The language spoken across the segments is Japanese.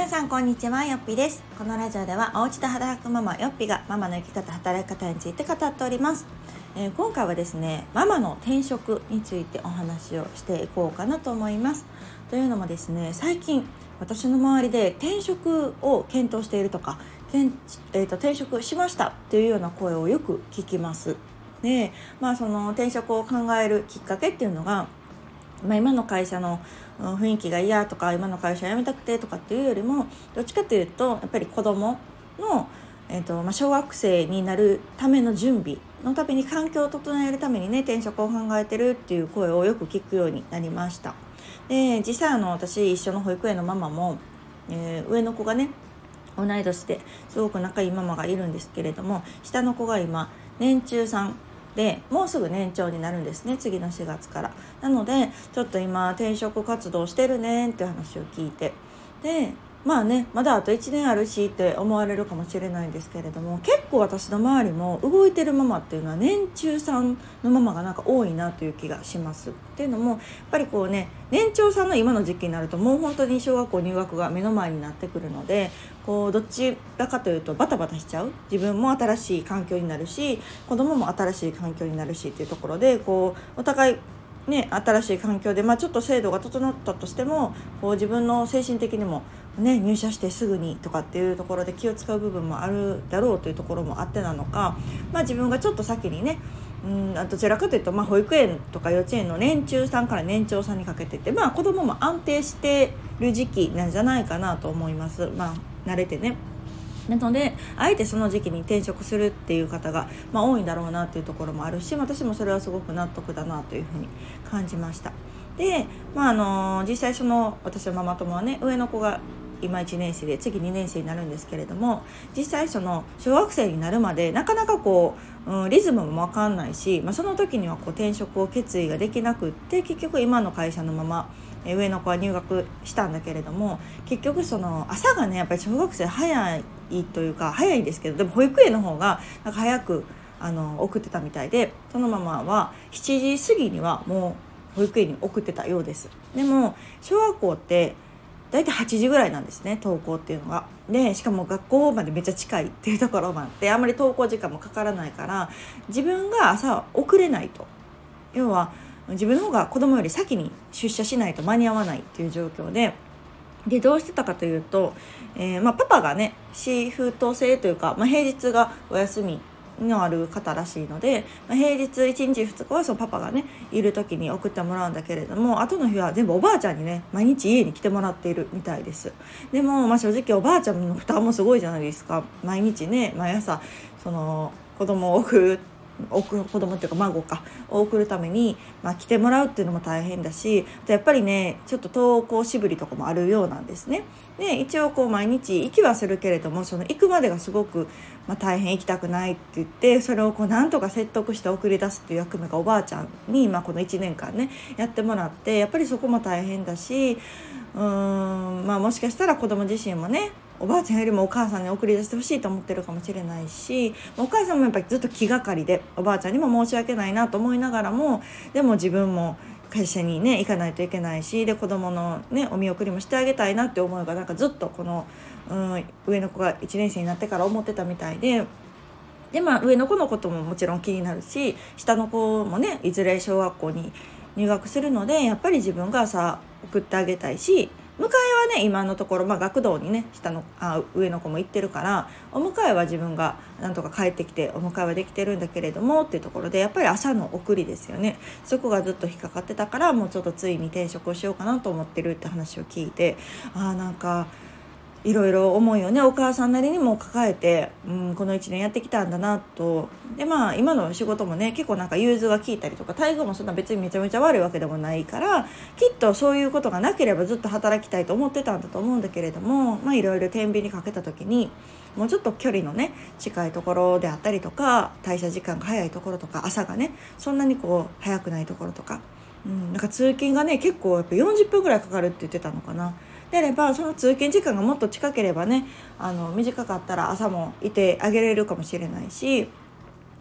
皆さんこんにちは、よっぴです。このラジオではお家で働くママよっぴがママの生き方、働き方について語っております。今回はですね、ママの転職についてお話をしていこうかなと思います。というのもですね、最近私の周りで転職を検討しているとか、転職しましたっていうような声をよく聞きます。で、その転職を考えるきっかけっていうのが、今の会社の雰囲気が嫌とか、今の会社辞めたくてとかっていうよりも、どっちかというとやっぱり子供の、小学生になるための準備のために、環境を整えるためにね、転職を考えてるっていう声をよく聞くようになりました。で、実際私一緒の保育園のママも、上の子がね同い年ですごく仲いいママがいるんですけれども、下の子が今年中さんで、もうすぐ年長になるんですね、次の4月から。なのでちょっと今転職活動してるねっていう話を聞いて、でまだあと1年あるしって思われるかもしれないんですけれども、結構私の周りも動いてるママっていうのは年中さんのママがなんか多いなという気がします。っていうのもやっぱり年長さんの今の時期になると、もう本当に小学校入学が目の前になってくるので、どっちらかというとバタバタしちゃう。自分も新しい環境になるし、子供も新しい環境になるしっていうところで、お互い新しい環境で、ちょっと制度が整ったとしても、自分の精神的にも入社してすぐにとかっていうところで気を使う部分もあるだろうというところもあってなのか、自分がちょっと先にね、どちらかというと、保育園とか幼稚園の年中さんから年長さんにかけてて、子供も安定してる時期なんじゃないかなと思います。慣れてね。なのであえてその時期に転職するっていう方が、多いんだろうなっていうところもあるし、私もそれはすごく納得だなというふうに感じました。で、実際私のママ友はね、上の子が今1年生で次2年生になるんですけれども、実際小学生になるまでなかなかリズムも分かんないし、その時には転職を決意ができなくって、結局今の会社のまま上の子は入学したんだけれども、結局朝がねやっぱり小学生早いというか、早いんですけど、でも保育園の方がなんか早く送ってたみたいで、そのママは7時過ぎにはもう保育園に送ってたようです。でも小学校ってだいたい8時ぐらいなんですね、登校っていうのが。でしかも学校までめっちゃ近いっていうところもあって、あんまり登校時間もかからないから、自分が朝遅れないと、要は自分の方が子供より先に出社しないと間に合わないっていう状況で、どうしてたかというと、パパがねシフト制というか、平日がお休みのある方らしいので、平日1日2日はそのパパがねいる時に送ってもらうんだけれども、後の日は全部おばあちゃんにね毎日家に来てもらっているみたいです。でも正直おばあちゃんの負担もすごいじゃないですか。毎日ね、毎朝子供を子供っていうか孫を送るために、来てもらうっていうのも大変だし、やっぱりねちょっと登校しぶりとかもあるようなんですね。で一応毎日行きはするけれども、行くまでがすごく、大変、行きたくないって言って、それをなんとか説得して送り出すっていう役目がおばあちゃんに、この1年間ねやってもらって、やっぱりそこも大変だし、もしかしたら子供自身もね、おばあちゃんよりもお母さんに送り出してほしいと思ってるかもしれないし、お母さんもやっぱりずっと気がかりで、おばあちゃんにも申し訳ないなと思いながらも、でも自分も会社にね行かないといけないし、で子供のねお見送りもしてあげたいなって思いがずっと上の子が1年生になってから思ってたみたいで、上の子のことももちろん気になるし、下の子もねいずれ小学校に入学するので、やっぱり自分が送ってあげたいし、迎えはね今のところ、学童にね上の子も行ってるから、お迎えは自分がなんとか帰ってきてお迎えはできてるんだけれどもっていうところで、やっぱり朝の送りですよね。そこがずっと引っかかってたから、もうちょっとついに転職をしようかなと思ってるって話を聞いて、なんかいろいろ思いをねお母さんなりにも抱えて、この1年やってきたんだなと。で今の仕事もね結構融通が効いたりとか、待遇もそんな別にめちゃめちゃ悪いわけでもないから、きっとそういうことがなければずっと働きたいと思ってたんだと思うんだけれども、いろいろ天秤にかけた時に、もうちょっと距離のね近いところであったりとか、退社時間が早いところとか、朝がねそんなに早くないところとか、通勤がね結構やっぱ40分ぐらいかかるって言ってたのかな。であれば、その通勤時間がもっと近ければね、短かったら朝もいてあげれるかもしれないし、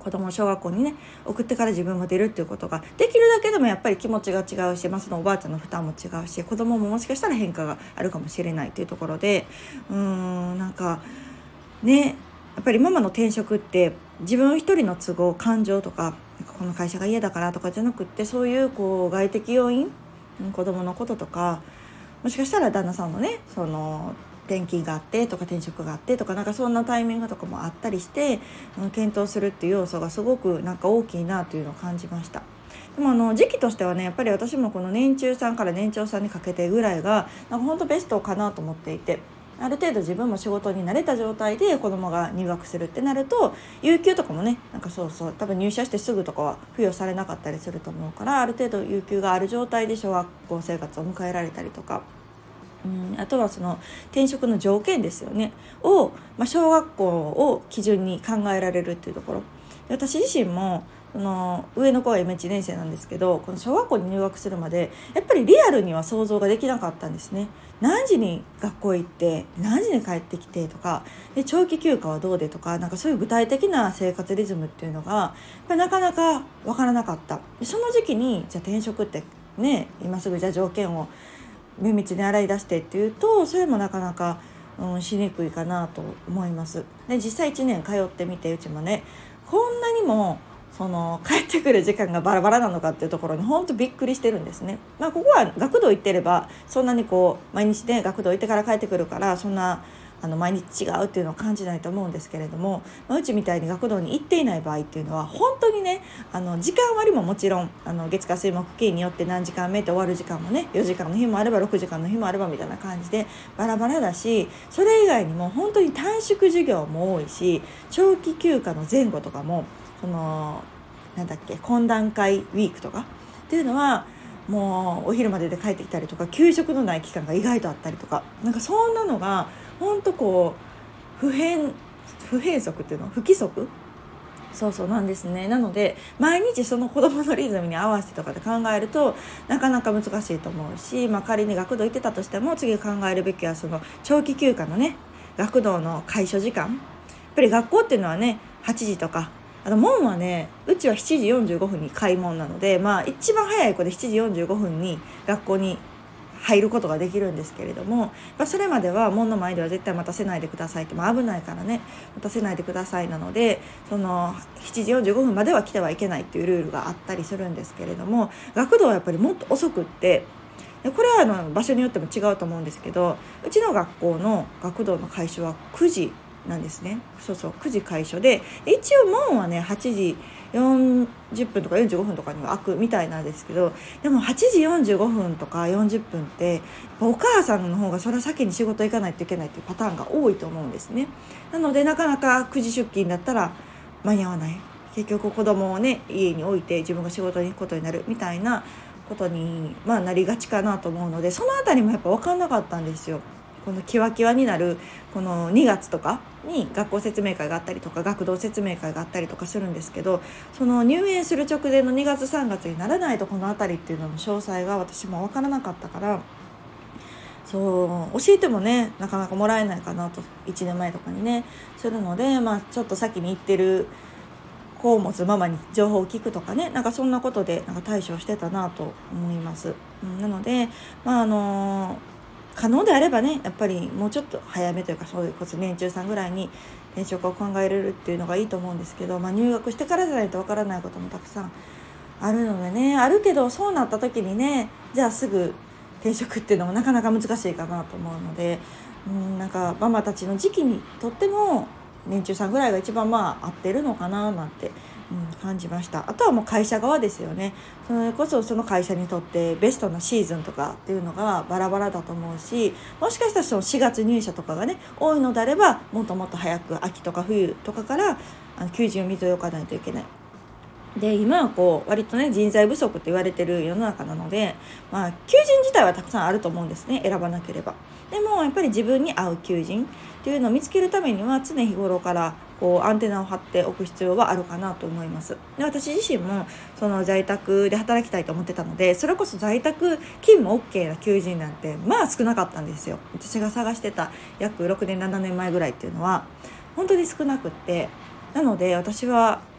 子供を小学校にね送ってから自分も出るっていうことができるだけでもやっぱり気持ちが違うし、そのおばあちゃんの負担も違うし、子供ももしかしたら変化があるかもしれないというところで、なんかね、やっぱりママの転職って自分一人の都合、感情とか、この会社が嫌だからとかじゃなくって、そういう外的要因、子供のこととか、もしかしたら旦那さんのねその転勤があってとか転職があってとか、そんなタイミングとかもあったりして、検討するっていう要素がすごく大きいなというのを感じました。でも時期としてはね、やっぱり私もこの年中さんから年長さんにかけてぐらいが本当ベストかなと思っていて、ある程度自分も仕事に慣れた状態で子供が入学するってなると、有給とかもね多分入社してすぐとかは付与されなかったりすると思うから、ある程度有給がある状態で小学校生活を迎えられたりとか、あとはその転職の条件ですよねを、小学校を基準に考えられるっていうところで、私自身もその上の子は今1年生なんですけど、この小学校に入学するまでやっぱりリアルには想像ができなかったんですね。何時に学校行って何時に帰ってきてとかで、長期休暇はどうでとか、そういう具体的な生活リズムっていうのがやっぱりなかなか分からなかった。その時期にじゃあ転職ってね、今すぐじゃあ条件を綿密に洗い出してっていうと、それもなかなか、しにくいかなと思います。で実際1年通ってみて、うちもねこんなにもその帰ってくる時間がバラバラなのかっていうところに本当びっくりしてるんですね。ここは学童行ってればそんなに毎日ね学童行ってから帰ってくるから、そんな毎日違うっていうのを感じないと思うんですけれども、うちみたいに学童に行っていない場合っていうのは本当にね時間割ももちろん月火水木金によって何時間目って終わる時間もね4時間の日もあれば6時間の日もあればみたいな感じでバラバラだし、それ以外にも本当に短縮授業も多いし、長期休暇の前後とかもその懇談会ウィークとかっていうのはもうお昼までで帰ってきたりとか、給食のない期間が意外とあったりとか、そんなのが本当不変則っていうの不規則そうなんですね。なので毎日その子供のリズムに合わせてとかで考えるとなかなか難しいと思うし、仮に学童行ってたとしても次考えるべきはその長期休暇のね学童の開所時間。やっぱり学校っていうのはね8時とか、門はねうちは7時45分に開門なので、一番早い子で7時45分に学校に入ることができるんですけれども、それまでは門の前では絶対待たせないでくださいって、危ないからね待たせないでくださいなので、その7時45分までは来てはいけないっていうルールがあったりするんですけれども、学童はやっぱりもっと遅くって、これは場所によっても違うと思うんですけど、うちの学校の学童の開所は9時なんですね。9時開所で、一応門はね8時40分とか45分とかには開くみたいなんですけど、でも8時45分とか40分ってお母さんの方がそれは先に仕事行かないといけないっていうパターンが多いと思うんですね。なのでなかなか9時出勤だったら間に合わない、結局子供をね家に置いて自分が仕事に行くことになるみたいなことに、なりがちかなと思うので、そのあたりもやっぱ分かんなかったんですよ。このキワキワになるこの2月とかに学校説明会があったりとか学童説明会があったりとかするんですけど、その入園する直前の2月3月にならないとこのあたりっていうのの詳細が私も分からなかったから、そう教えてもねなかなかもらえないかなと1年前とかにねするので、ちょっと先に行ってる子を持つママに情報を聞くとかね、そんなことで対処してたなと思います。なので可能であればねやっぱりもうちょっと早めというか、そういうこそ年中さんぐらいに転職を考えれるっていうのがいいと思うんですけど、入学してからじゃないとわからないこともたくさんあるのでね、あるけどそうなった時にねじゃあすぐ転職っていうのもなかなか難しいかなと思うので、ママたちの時期にとっても年中さんぐらいが一番合ってるのかななんて、感じました。あとはもう会社側ですよね。それこそその会社にとってベストなシーズンとかっていうのがバラバラだと思うし、もしかしたらその4月入社とかがね多いのであればもっともっと早く秋とか冬とかから求人を見ておかないといけない。で今は割とね人材不足って言われてる世の中なので、求人自体はたくさんあると思うんですね、選ばなければ。でもやっぱり自分に合う求人っていうのを見つけるためには常日頃からアンテナを張っておく必要はあるかなと思います。で私自身もその在宅で働きたいと思ってたので、それこそ在宅勤務 OK な求人なんて少なかったんですよ。私が探してた約6年7年前ぐらいっていうのは本当に少なくって、なので私は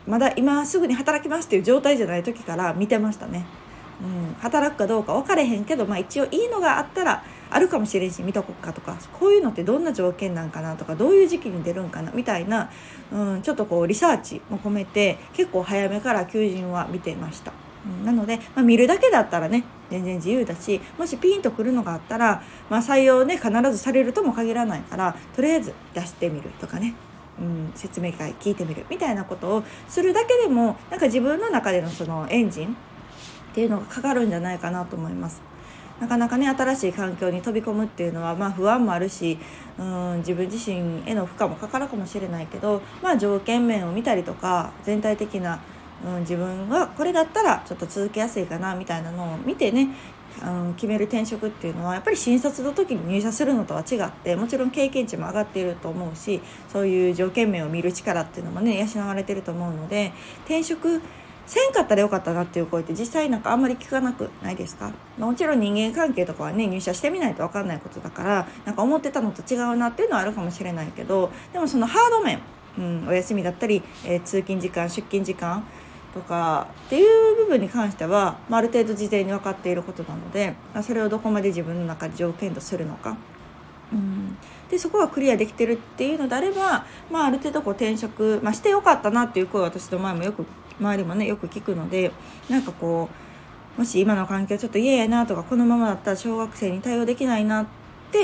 まだ今すぐに働きますっていう状態じゃない時から見てましたね。働くかどうか分かれへんけど、一応いいのがあったらあるかもしれんし見とこっかとか、こういうのってどんな条件なんかなとか、どういう時期に出るんかなみたいな、ちょっとこうリサーチも込めて結構早めから求人は見ていました。なので、見るだけだったらね全然自由だし、もしピンとくるのがあったら、採用ね必ずされるとも限らないから、とりあえず出してみるとかね、説明会聞いてみるみたいなことをするだけでも、なんか自分の中でのそのエンジンっていうのがかかるんじゃないかなと思います。なかなかね新しい環境に飛び込むっていうのは不安もあるし、自分自身への負荷もかかるかもしれないけど、条件面を見たりとか、全体的な、自分がこれだったらちょっと続けやすいかなみたいなのを見てね、決める転職っていうのはやっぱり新卒の時に入社するのとは違って、もちろん経験値も上がっていると思うし、そういう条件面を見る力っていうのもね養われてると思うので、転職せんかったらよかったなっていう声って実際あんまり聞かなくないですか？もちろん人間関係とかはね入社してみないと分かんないことだから、思ってたのと違うなっていうのはあるかもしれないけど、でもそのハード面、お休みだったり、通勤時間出勤時間とかっていう部分に関しては、ある程度事前に分かっていることなので、それをどこまで自分の中で条件とするのか、でそこがクリアできてるっていうのであれば、ある程度転職、してよかったなっていう声は私の周りもねよく聞くので、もし今の環境ちょっと嫌やなとか、このままだったら小学生に対応できないなって、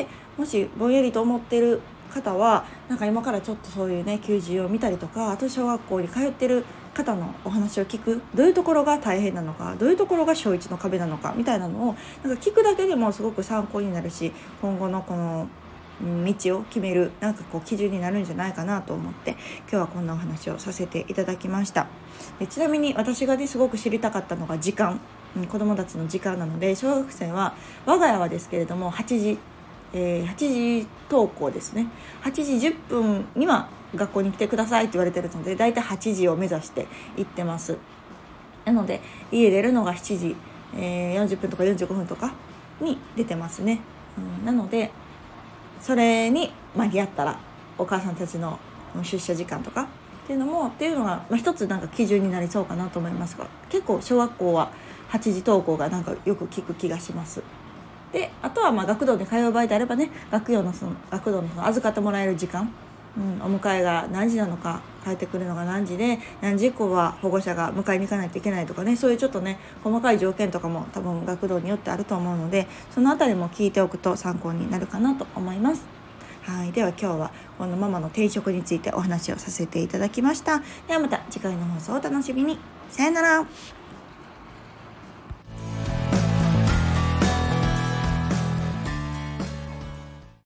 もしぼんやりと思ってる方は、今からちょっとそういうね求人を見たりとか、あと小学校に通ってる方のお話を聞く、どういうところが大変なのか、どういうところが小1の壁なのかみたいなのを聞くだけでもすごく参考になるし、今後のこの道を決める基準になるんじゃないかなと思って、今日はこんなお話をさせていただきました。でちなみに私がねすごく知りたかったのが時間、子どもたちの時間なので、小学生は我が家はですけれども8時登校ですね。8時10分には学校に来てくださいって言われてるので、だいたい8時を目指して行ってます。なので家出るのが7時、40分とか45分とかに出てますね。なのでそれに間に合ったらお母さんたちの出社時間とかっていうのが、一つ基準になりそうかなと思いますが、結構小学校は8時登校がよく聞く気がします。であとは学童に通う場合であればね、学童の預かってもらえる時間、お迎えが何時なのか、帰ってくるのが何時で、何時以降は保護者が迎えに行かないといけないとかね、そういうちょっとね細かい条件とかも多分学童によってあると思うので、そのあたりも聞いておくと参考になるかなと思います。はい、では今日はこのママの転職についてお話をさせていただきました。ではまた次回の放送をお楽しみに。さよなら。